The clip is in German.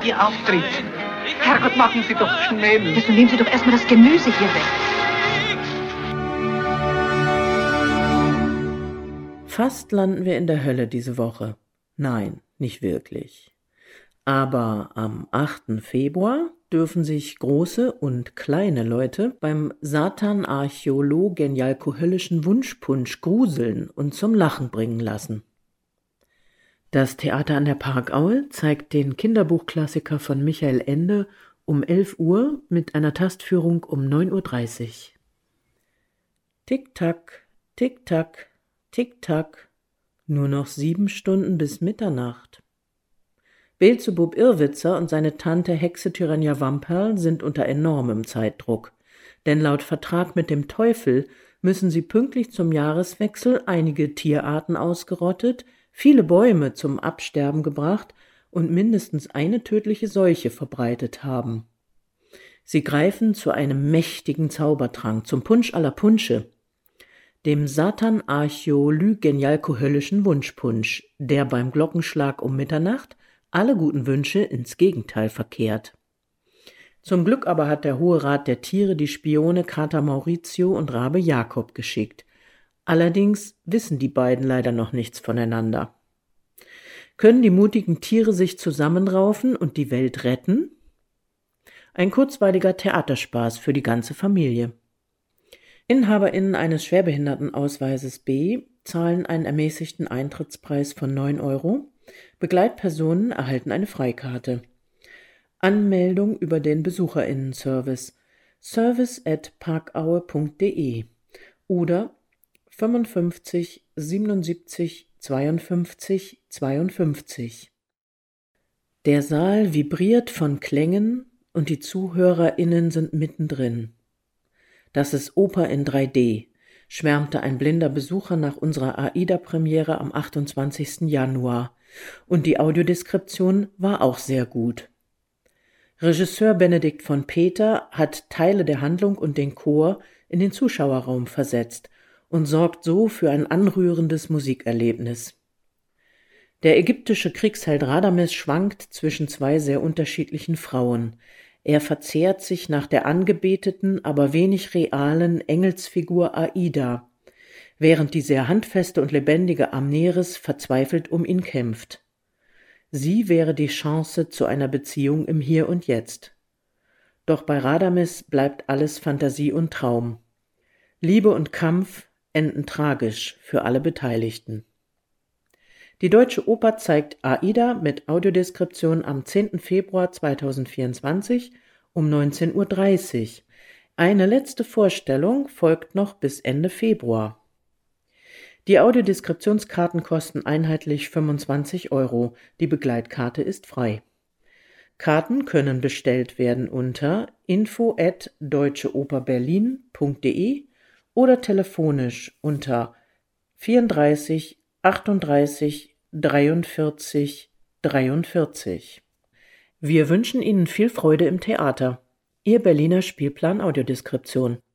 sie auftritt. Herrgott, machen Sie doch schnell. Jetzt nehmen Sie doch erstmal das Gemüse hier weg. Fast landen wir in der Hölle diese Woche. Nein, nicht wirklich. Aber am 8. Februar dürfen sich große und kleine Leute beim Satan-Archäologen-Jalko-Höllischen Wunschpunsch gruseln und zum Lachen bringen lassen. Das Theater an der Parkaue zeigt den Kinderbuchklassiker von Michael Ende um 11 Uhr mit einer Tastführung um 9:30 Uhr. Tick-Tack, Tick-Tack, Tick-Tack, nur noch 7 Stunden bis Mitternacht. Beelzebub Irrwitzer und seine Tante Hexe Tyrannia Wamperl sind unter enormem Zeitdruck, denn laut Vertrag mit dem Teufel müssen sie pünktlich zum Jahreswechsel einige Tierarten ausgerottet, viele Bäume zum Absterben gebracht und mindestens eine tödliche Seuche verbreitet haben. Sie greifen zu einem mächtigen Zaubertrank, zum Punsch aller Punsche, dem Satan-Archäologen-Jalko-Höllischen Wunschpunsch, der beim Glockenschlag um Mitternacht alle guten Wünsche ins Gegenteil verkehrt. Zum Glück aber hat der Hohe Rat der Tiere die Spione Kater Maurizio und Rabe Jakob geschickt. Allerdings wissen die beiden leider noch nichts voneinander. Können die mutigen Tiere sich zusammenraufen und die Welt retten? Ein kurzweiliger Theaterspaß für die ganze Familie. InhaberInnen eines Schwerbehindertenausweises B zahlen einen ermäßigten Eintrittspreis von 9 €. Begleitpersonen erhalten eine Freikarte. Anmeldung über den BesucherInnen-Service service@parkaue.de oder 55 77 52 52. Der Saal vibriert von Klängen und die ZuhörerInnen sind mittendrin. Das ist Oper in 3D, schwärmte ein blinder Besucher nach unserer AIDA-Premiere am 28. Januar. Und die Audiodeskription war auch sehr gut. Regisseur Benedikt von Peter hat Teile der Handlung und den Chor in den Zuschauerraum versetzt und sorgt so für ein anrührendes Musikerlebnis. Der ägyptische Kriegsheld Radames schwankt zwischen 2 sehr unterschiedlichen Frauen. Er verzehrt sich nach der angebeteten, aber wenig realen Engelsfigur Aida, während die sehr handfeste und lebendige Amneris verzweifelt um ihn kämpft. Sie wäre die Chance zu einer Beziehung im Hier und Jetzt. Doch bei Radames bleibt alles Fantasie und Traum. Liebe und Kampf enden tragisch für alle Beteiligten. Die Deutsche Oper zeigt Aida mit Audiodeskription am 10. Februar 2024 um 19:30 Uhr. Eine letzte Vorstellung folgt noch bis Ende Februar. Die Audiodeskriptionskarten kosten einheitlich 25 €, die Begleitkarte ist frei. Karten können bestellt werden unter info@deutscheoperberlin.de oder telefonisch unter 34 38 43 43. Wir wünschen Ihnen viel Freude im Theater. Ihr Berliner Spielplan Audiodeskription.